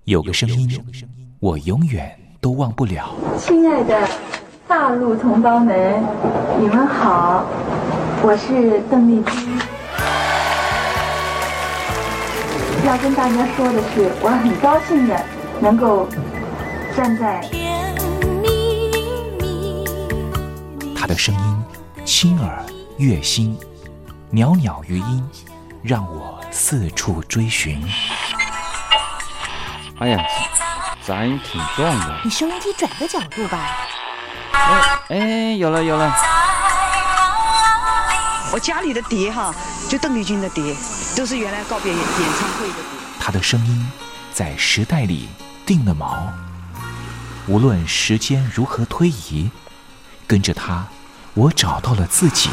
有个声音，我永远都忘不了。 亲爱的大陆同胞们，你们好，我是邓丽君。要跟大家说的是，我很高兴的能够站在她的声音轻耳悦心，袅袅余音，让我四处追寻。 哎呀，杂音挺重的。 你收音机转个角度吧。 哎，有了。 我家里的碟哈，就邓丽君的碟，都是原来告别演唱会的碟。 她的声音在时代里定了锚，无论时间如何推移，跟着她，我找到了自己。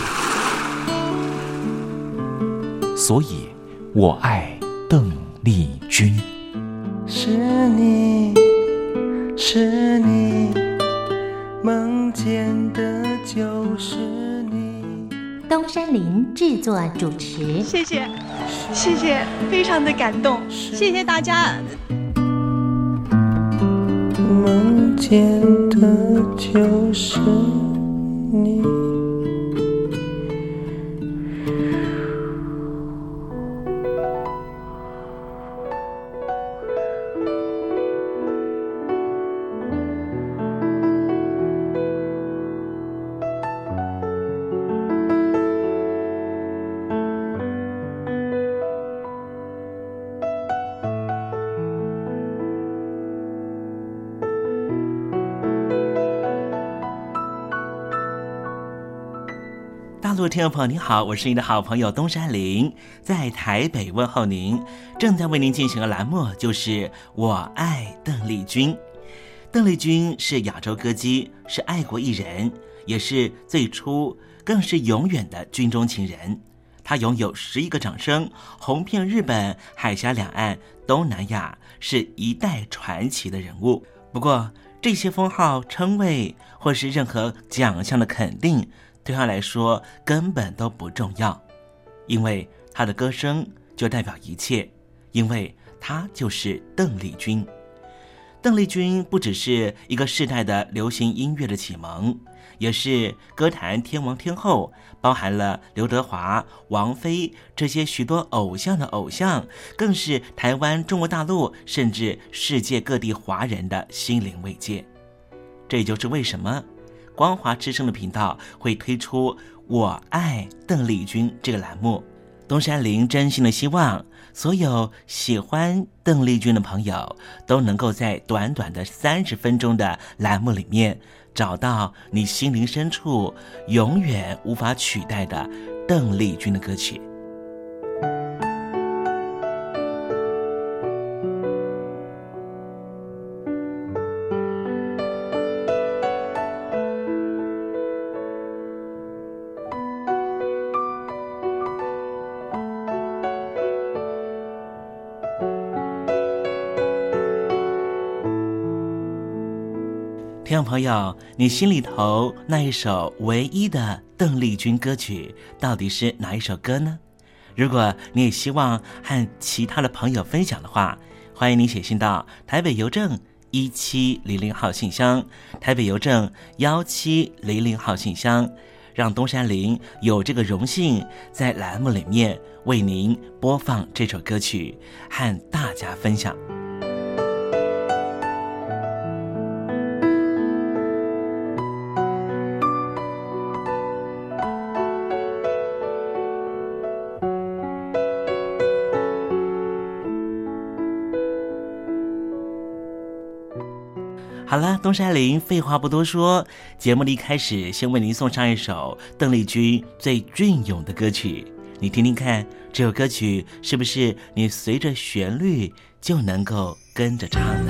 所以，我爱邓丽君。 是你，是你，梦见的就是你。 东山林制作主持， 谢谢，非常的感动，谢谢大家。 梦见的就是你。 大陆听众朋友您好，我是您的好朋友东山林，在台北问候您。正在为您进行的栏目就是我爱邓丽君。邓丽君是亚洲歌姬，是爱国艺人，也是最初更是永远的军中情人。她拥有11个掌声，红遍日本、海峡两岸、东南亚，是一代传奇的人物。不过这些封号、称谓或是任何奖项的肯定，对他来说根本都不重要，因为他的歌声就代表一切，因为他就是邓丽君。邓丽君不只是一个世代的流行音乐的启蒙，也是歌坛天王天后，包含了刘德华、王菲这些许多偶像的偶像，更是台湾、中国大陆甚至世界各地华人的心灵慰藉。这也就是为什么光华之声的频道会推出我爱邓丽君这个栏目。东山林真心的希望所有喜欢邓丽君的朋友都能够在短短的30分钟的栏目里面找到你心灵深处永远无法取代的邓丽君的歌曲。听众朋友，你心里头那一首唯一的邓丽君歌曲到底是哪一首歌呢？如果你也希望和其他的朋友分享的话，欢迎你写信到台北邮政1700号信箱，台北邮政1700号信箱，让东山林有这个荣幸在栏目里面为您播放这首歌曲，和大家分享。好了，东山林废话不多说，节目的一开始先为您送上一首邓丽君最隽永的歌曲，你听听看，这首歌曲是不是你随着旋律就能够跟着唱呢？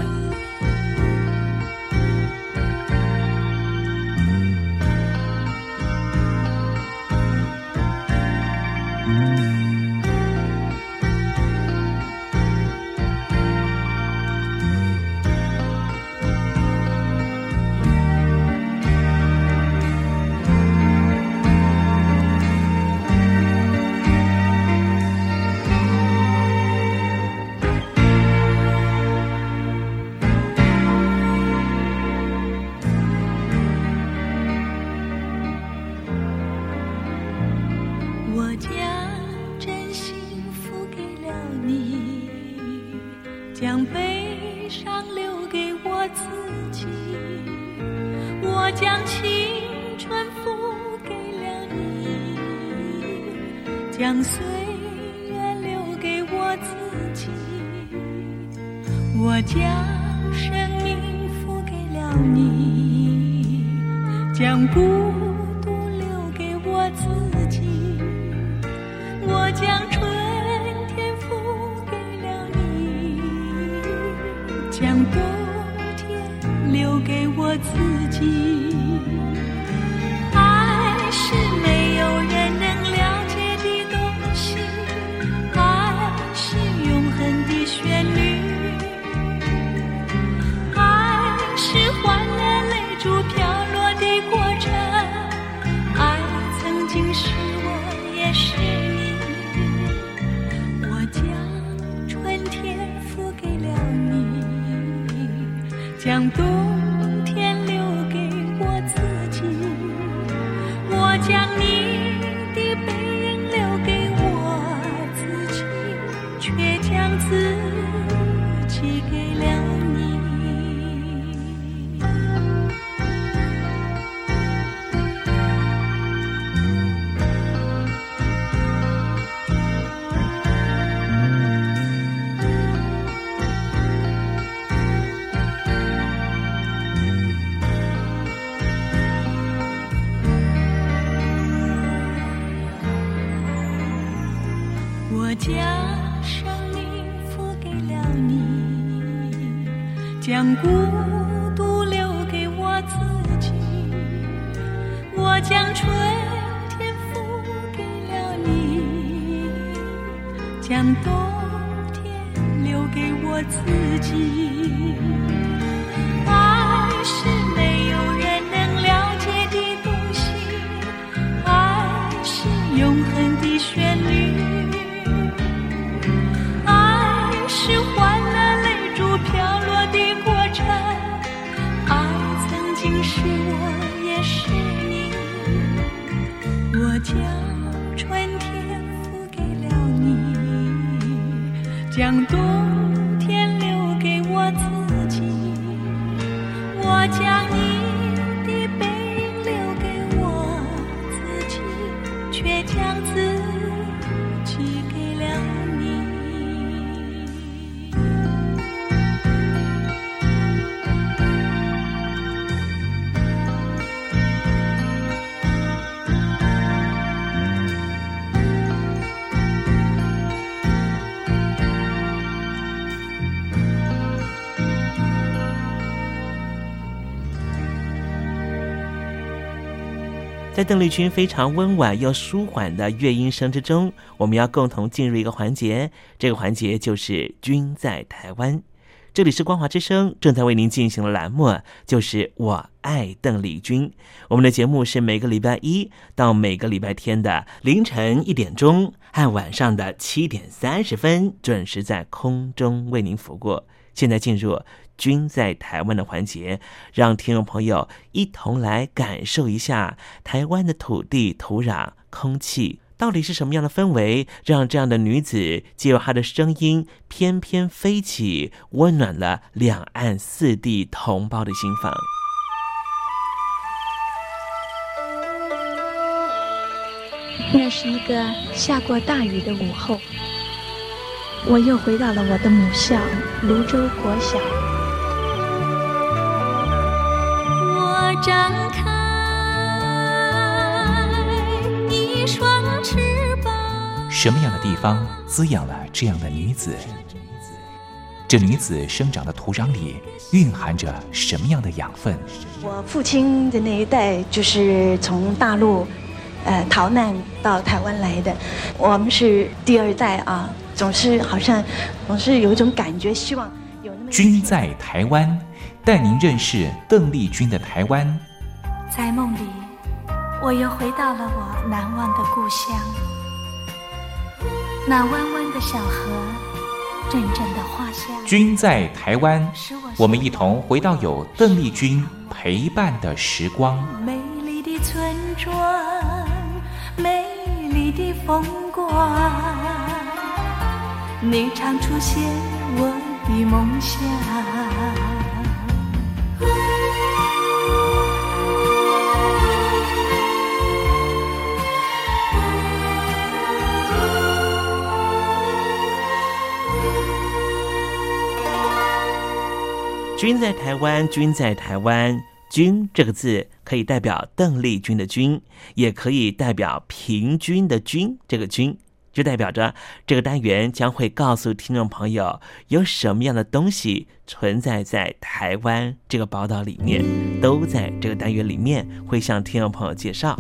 将悲伤留给我自己，我将青春付给了你，将岁月留给我自己，我将生命付给了你，将孤独留给我自己，我将春天付给了你，将冬天留给我自己。爱是没有人能了解的东西，爱是永恒的旋律，爱是换了泪珠飘落的过程，爱曾经是我也是你，我将春天付给了你，将冬天留给我自己，我将你的背影留给我自己，却将自己给了你。我将生命付给了你，将孤独留给我自己，我将春天付给了你，将冬天留给我自己。爱是没有人能了解的东西，爱是永恒的旋律，是换了泪珠飘落的过程，爱曾经是我也是你，我将春天付给了你，将冬天留给我自己，我将你的背影留给我自己，却将自己给了你。 在邓丽君非常温婉又舒缓的乐音声之中，我们要共同进入一个环节，这个环节就是君在台湾。这里是光华之声正在为您进行的栏目，就是我爱邓丽君。我们的节目是每个礼拜一到每个礼拜天的凌晨1点钟和晚上的7点30分准时在空中为您服务。现在进入君在台湾的环节，让听众朋友一同来感受一下台湾的土地、土壤、空气到底是什么样的氛围，让这样的女子借由她的声音翩翩飞起，温暖了两岸四地同胞的心房。 那是一个下过大雨的午后，我又回到了我的母校泸州国小。 我张开一双翅膀。 什么样的地方滋养了这样的女子？这女子生长的土壤里蕴含着什么样的养分？ 我父亲的那一代就是从大陆逃难到台湾来的，我们是第二代啊，总是有一种感觉，希望有那么君在台湾，带您认识邓丽君的台湾。 在梦里，我又回到了我难忘的故乡，那弯弯的小河，阵阵的花香。 君在台湾，我们一同回到有邓丽君陪伴的时光。 美丽的村庄，美丽的风光，你常出现我的梦想。 君在台湾，君在台湾。君这个字可以代表邓丽君的君，也可以代表平均的均，这个均就代表着这个单元将会告诉听众朋友有什么样的东西存在在台湾这个宝岛里面，都在这个单元里面会向听众朋友介绍。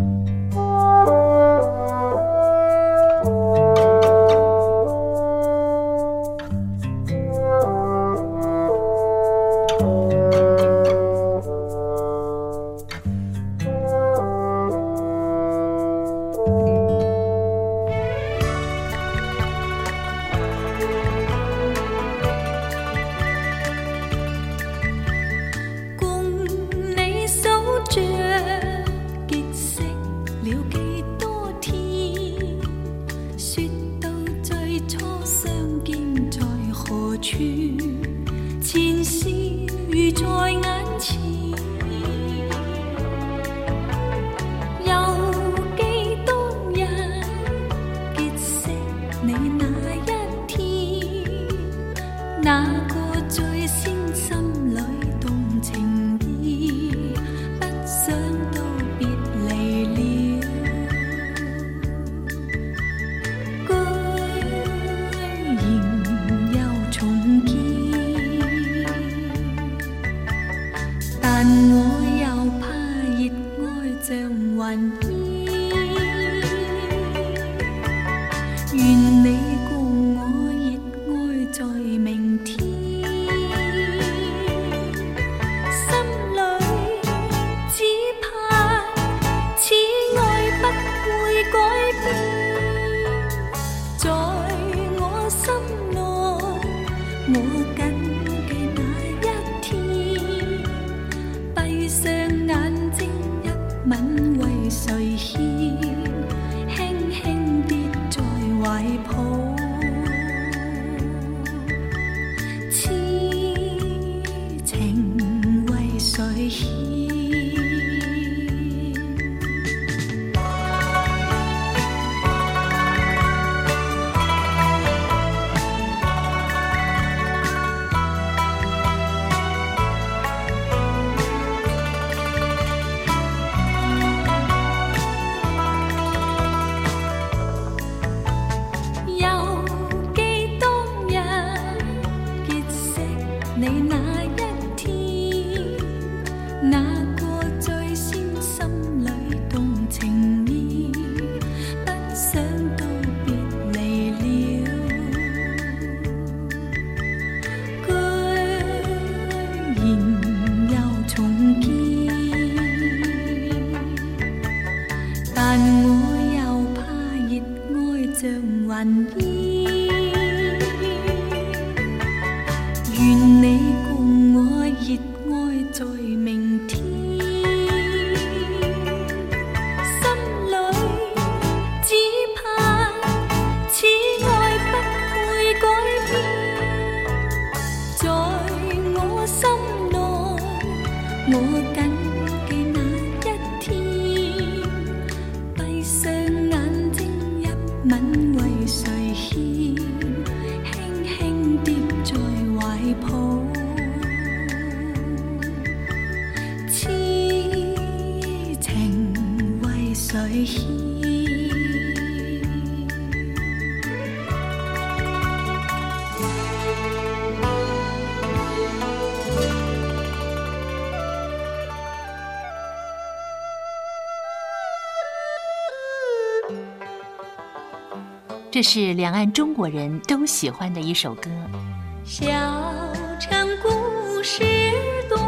这是两岸中国人都喜欢的一首歌。 小城故事多，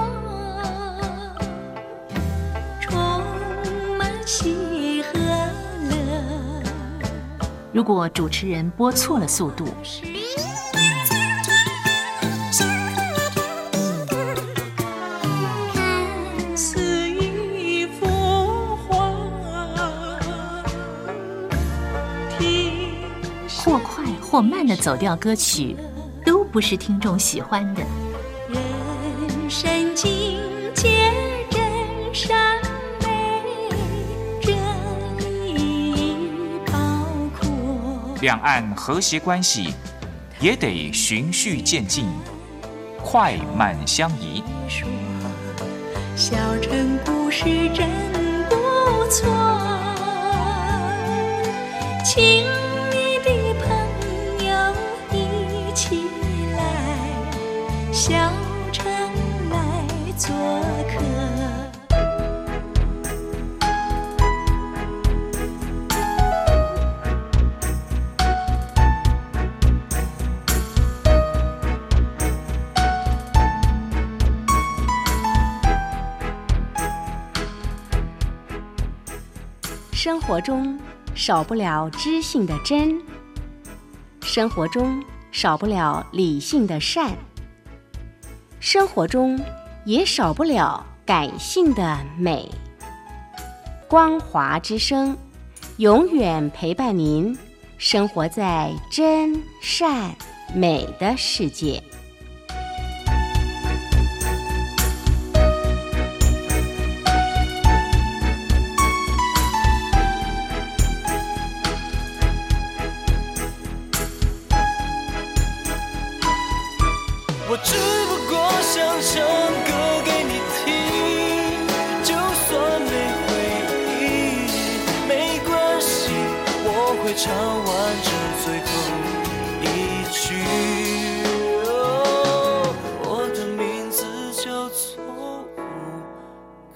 充满喜和乐。 如果主持人播错了速度， 看似一幅画， 或快或慢的走调歌曲，都不是听众喜欢的。 人生境界真善美，这里包括两岸和谐关系也得循序渐进，快慢相宜。 小城故事真不错，请你的朋友一起来，小城来做客。 生活中少不了知性的真，生活中少不了理性的善，生活中也少不了感性的美。光华之声永远陪伴您生活在真善美的世界。 我只不过想唱歌给你听，就算没回应没关系，我会唱完这最后一句。我的名字叫做吴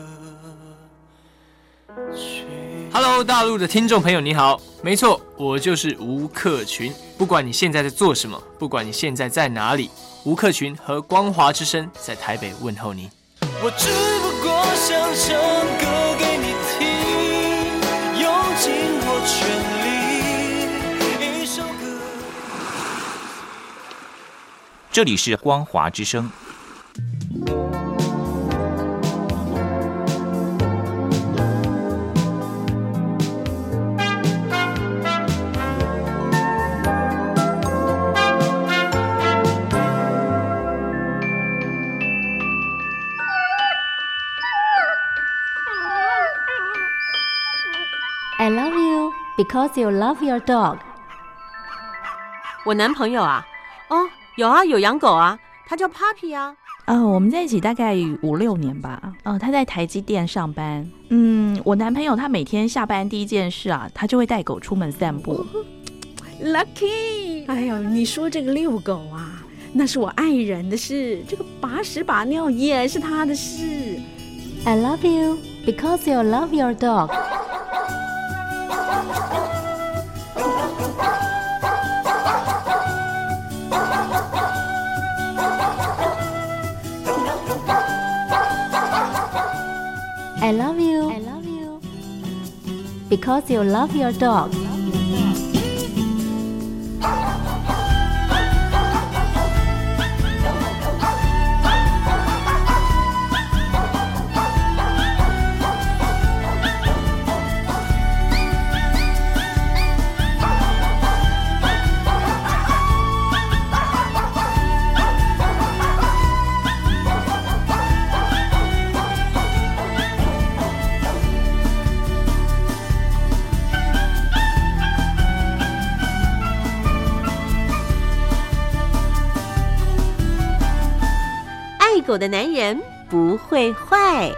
克群。 Hello， 大陆的听众朋友你好，没错，我就是吴克群。不管你现在在做什么，不管你现在在哪里，吴克群和光华之声在台北问候您。 我只不过想唱歌给你听，用尽我全力，一首歌。 这里是光华之声。 I love you because you love your dog。 我男朋友啊，有啊，有养狗啊，他叫 Papi 啊。 我们在一起大概5-6年吧。他在台积电上班。我男朋友他每天下班第一件事啊，他就会带狗出门散步。 Lucky， 哎呦，你说这个遛狗啊，那是我爱人的事，这个把屎把尿也是他的事。 I love you because you love your dog。I love you because you love your dog。 爱狗的男人不会坏。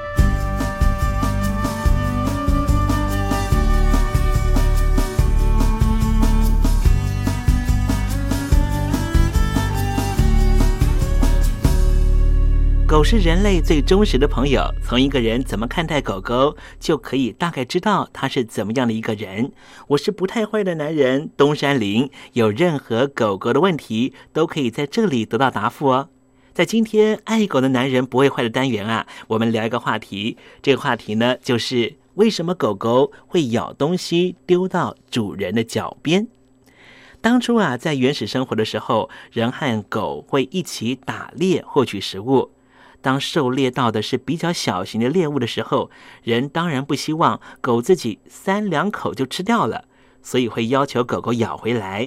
狗是人类最忠实的朋友，从一个人怎么看待狗狗，就可以大概知道他是怎么样的一个人。我是不太坏的男人东山林，有任何狗狗的问题，都可以在这里得到答复哦。在今天爱狗的男人不会坏的单元啊，我们聊一个话题，这个话题呢，就是为什么狗狗会咬东西丢到主人的脚边。当初啊，在原始生活的时候，人和狗会一起打猎获取食物。当狩猎到的是比较小型的猎物的时候，人当然不希望狗自己3-2口就吃掉了，所以会要求狗狗咬回来。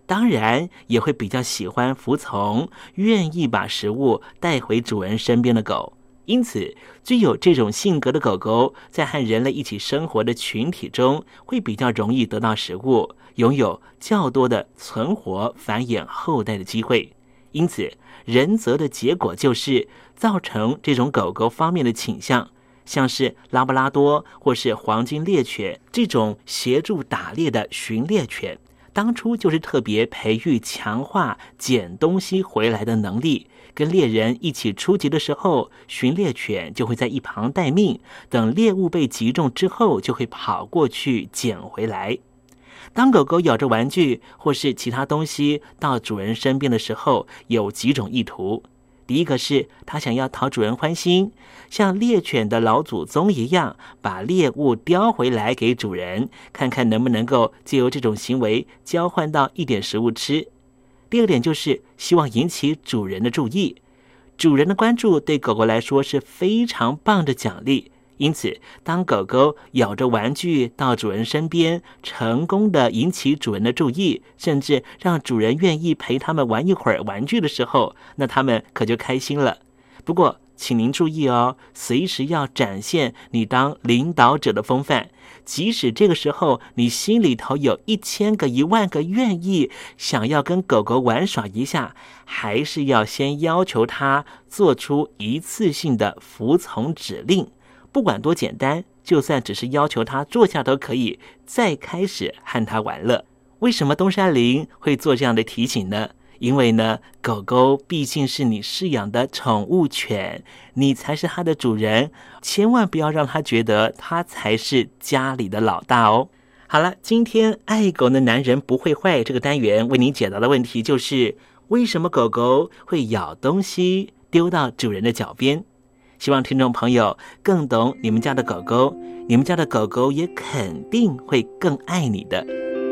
当然也会比较喜欢服从，愿意把食物带回主人身边的狗。因此，具有这种性格的狗狗，在和人类一起生活的群体中，会比较容易得到食物，拥有较多的存活、繁衍后代的机会。因此，人择的结果就是造成这种狗狗方面的倾向，像是拉布拉多或是黄金猎犬这种协助打猎的巡猎犬，当初就是特别培育强化捡东西回来的能力。跟猎人一起出击的时候，巡猎犬就会在一旁待命，等猎物被击中之后，就会跑过去捡回来。当狗狗咬着玩具或是其他东西到主人身边的时候，有几种意图。第一个是它想要讨主人欢心，像猎犬的老祖宗一样，把猎物叼回来给主人，看看能不能够借由这种行为交换到一点食物吃。第二点就是希望引起主人的注意，主人的关注对狗狗来说是非常棒的奖励。因此，当狗狗咬着玩具到主人身边，成功的引起主人的注意，甚至让主人愿意陪他们玩一会儿玩具的时候，那他们可就开心了。不过，请您注意哦，随时要展现你当领导者的风范。即使这个时候你心里头有1000个、10000个愿意想要跟狗狗玩耍一下，还是要先要求它做出一次性的服从指令。不管多简单，就算只是要求他坐下都可以，再开始和他玩乐。为什么东山林会做这样的提醒呢？因为呢，狗狗毕竟是你饲养的宠物犬，你才是它的主人，千万不要让它觉得它才是家里的老大哦。好了，今天爱狗的男人不会坏这个单元为你解答的问题就是，为什么狗狗会咬东西丢到主人的脚边？希望听众朋友更懂你们家的狗狗，你们家的狗狗也肯定会更爱你的。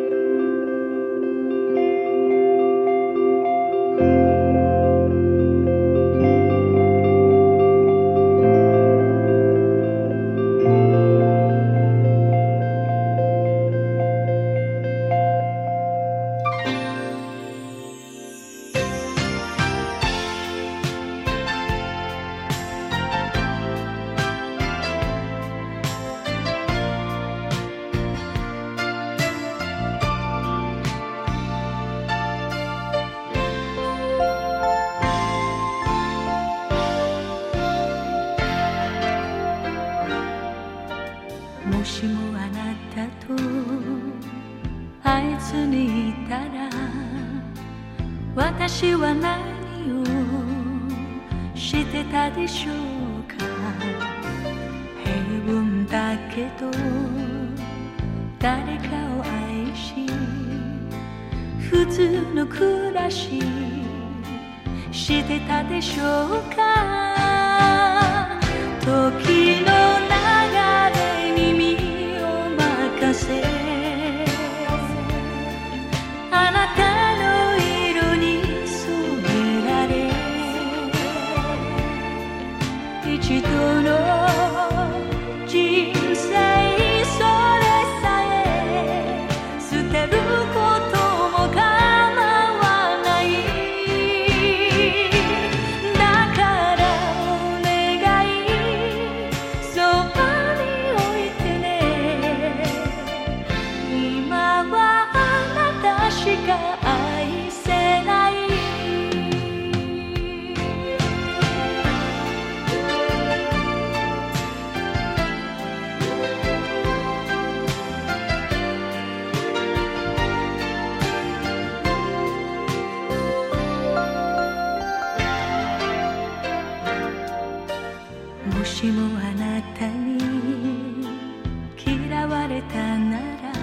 もしもあなたと会えずにいたら、私は何をしてたでしょうか。平凡だけど誰かを愛し、普通の暮らししてたでしょうか。時の流れに身を任せ、あなたの色に染められ、一度の人生それさえ捨てることも構わない。だからお願い、そばに置いてね。今はあなたしか愛せない。もしもあなたに嫌われたな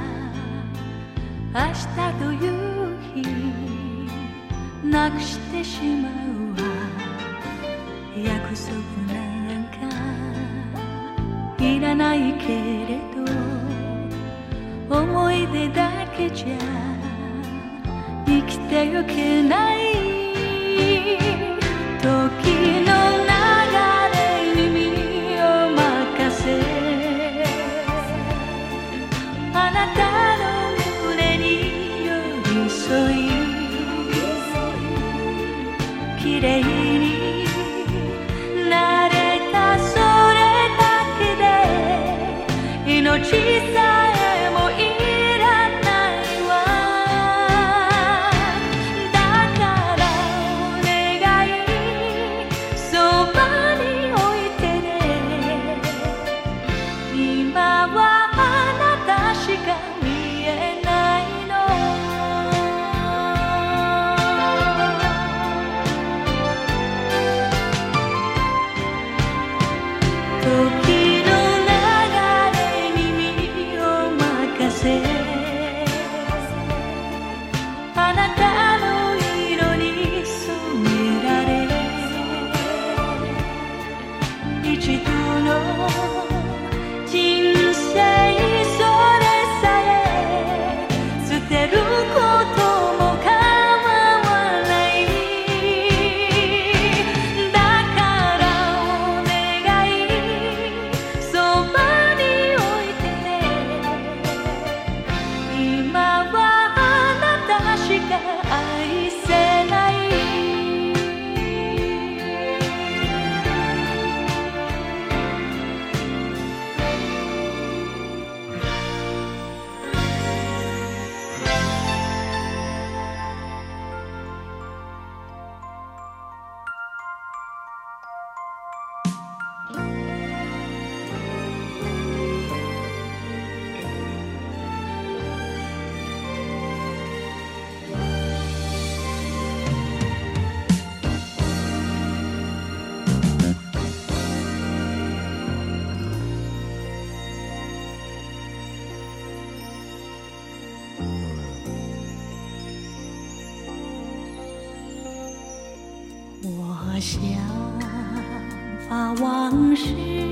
ら、明日という日なくしてしまうわ。約束なんかいらないけれど、思い出だけじゃ生きてゆけない。時の流れに身を任せ、あなたの胸に寄り添い、 我想把往事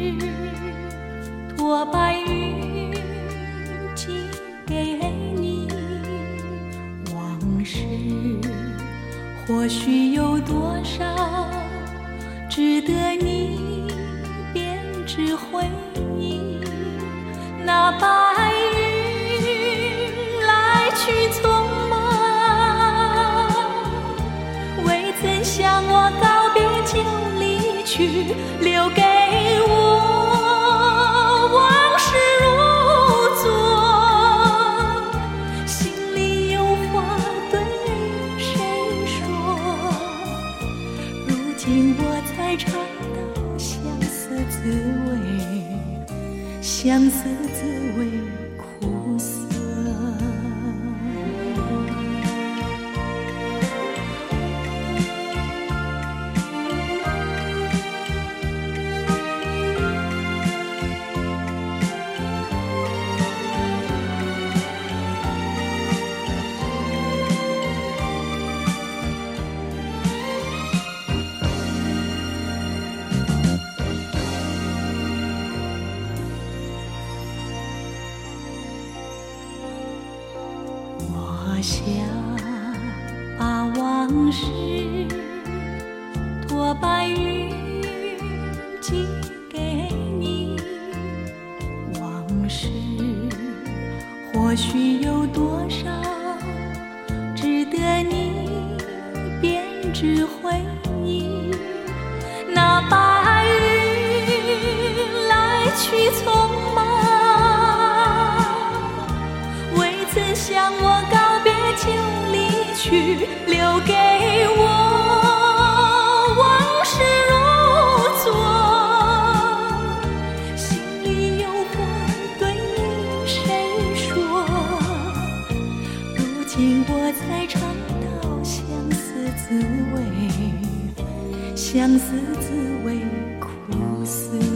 托白云寄给你，往事或许有多少值得你编织回忆，那白云来去匆忙，未曾向我告别就离去，留给我往事如昨，心里有话对谁说，如今我才尝到相思滋味，相思滋味苦涩。我想把往事托白云寄给你，往事或许有多少值得你编织回忆，那白云来去匆忙，未曾向我告别就离去，留给我往事如昨，心里有话对谁说，如今我才尝到相思滋味，相思滋味苦涩。